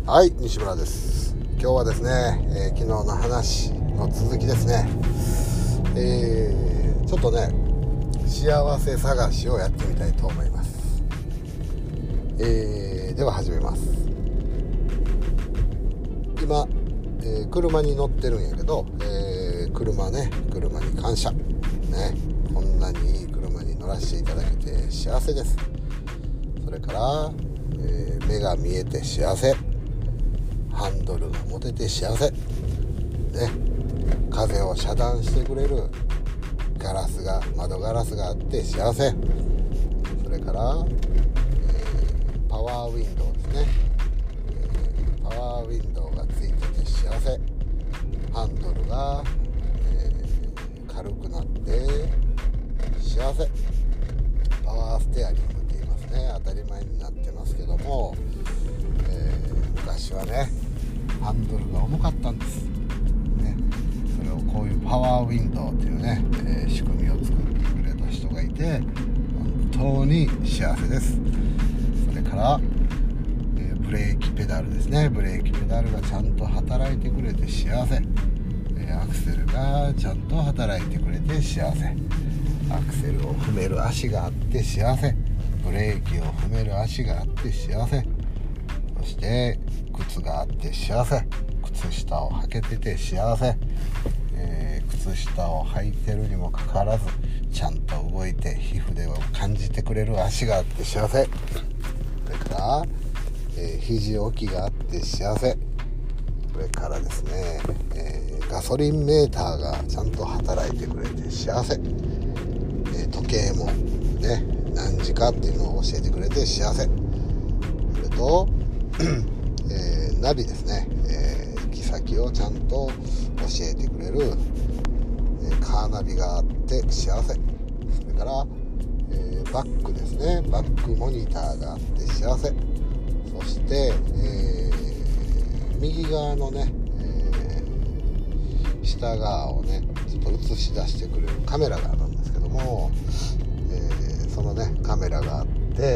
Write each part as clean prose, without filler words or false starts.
はい、西村です。今日はですね、昨日の話の続きですね。ちょっとね、幸せ探しをやってみたいと思います。では始めます。今、車に乗ってるんやけど、車に感謝ね。こんなにいい車に乗らせていただけて幸せです。それから、目が見えて幸せ、ハンドルが持てて幸せ、ね、風を遮断してくれる窓ガラスがあって幸せ。それから、パワーウィンドウですね、パワーウィンドウがついてて幸せ。ハンドルが、軽くなって幸せ。パワーステアリングって言いますね。当たり前になってますけども、昔はね、ハンドルが重かったんです、ね、それをこういうパワーウィンドウっていうね、仕組みを作ってくれた人がいて本当に幸せです。それから、ブレーキペダルですね。ブレーキペダルがちゃんと働いてくれて幸せ。アクセルがちゃんと働いてくれて幸せ。アクセルを踏める足があって幸せ。ブレーキを踏める足があって幸せ。そして靴があって幸せ。靴下を履けてて幸せ。靴下を履いてるにもかかわらずちゃんと動いて皮膚で感じてくれる足があって幸せ。それから、肘置きがあって幸せ。それからですね、ガソリンメーターがちゃんと働いてくれて幸せ。時計もね、何時かっていうのを教えてくれて幸せ。それとナビですね、行き先をちゃんと教えてくれる、カーナビがあって幸せ。それから、バックですね、バックモニターがあって幸せ。そして、右側のね、下側をねちょっと映し出してくれるカメラがあるんですけども、そのねカメラがあって、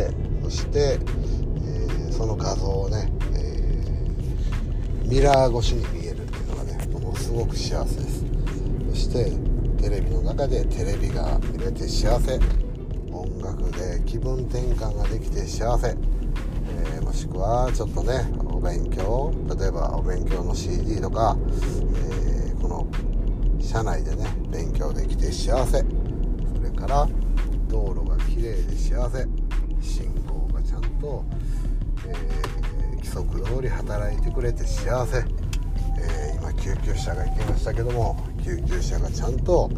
そして、その画像をね、ミラー越しに見えるっていうのがねものすごく幸せです。そしてテレビの中でテレビが見れて幸せ。音楽で気分転換ができて幸せ。もしくはちょっとねお勉強、例えばお勉強の CD とか、この車内でね勉強できて幸せ。それから道路がきれいで幸せ。信号がちゃんと、規則通り働いてくれて幸せ。今救急車が行きましたけども、救急車がちゃんと、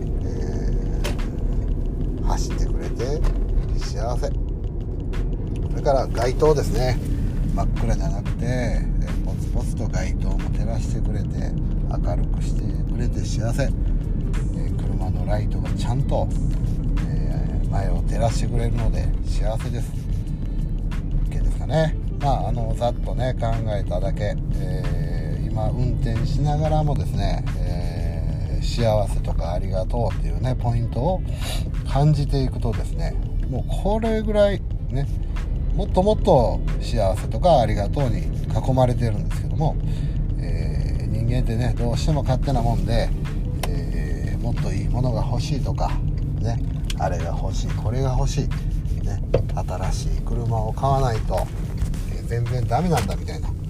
走ってくれて幸せ。それから街灯ですね、真っ暗じゃなくて、ポツポツと街灯も照らしてくれて明るくしてくれて幸せ。車のライトがちゃんと、前を照らしてくれるので幸せです。 OK ですかね。ざっとね考えただけ、今運転しながらもですね、幸せとかありがとうっていうねポイントを感じていくとですね、もうこれぐらいね、もっともっと幸せとかありがとうに囲まれてるんですけども、人間ってねどうしても勝手なもんで、もっといいものが欲しいとかね、あれが欲しいこれが欲しい、ね、新しい車を買わないと、全然ダメなんだみたいなね、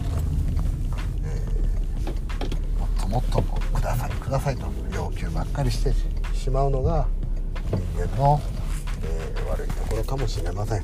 もっとくださいと要求ばっかりしてしまうのが人間の、悪いところかもしれません。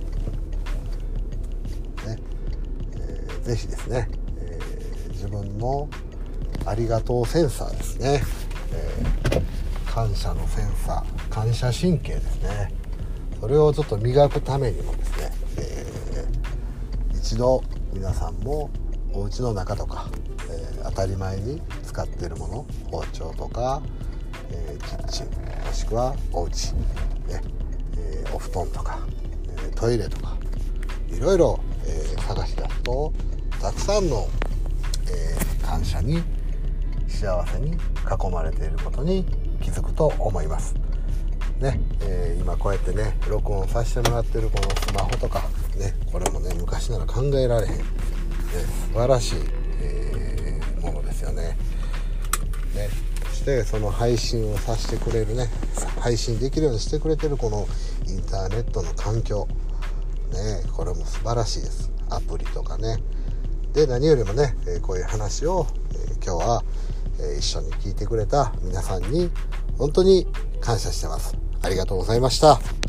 ぜひですね、自分のありがとうセンサーですね、感謝のセンサー、感謝神経ですね、それをちょっと磨くためにもですね、一度皆さんもお家の中とか、当たり前に使っているもの、包丁とか、キッチンもしくはお家、ね、お布団とか、トイレとかいろいろ、探し出すとたくさんの、感謝に幸せに囲まれていることに気づくと思いますね。今こうやってね録音させてもらってるこのスマホとかね、これもね昔なら考えられへん、ね、 素晴らしい、ものですよね。そしてその配信をさせてくれるね、配信できるようにしてくれてるこのインターネットの環境ね、これも素晴らしいです。アプリとかね。で何よりもね、こういう話を、今日は、一緒に聞いてくれた皆さんに本当に感謝してます。ありがとうございました。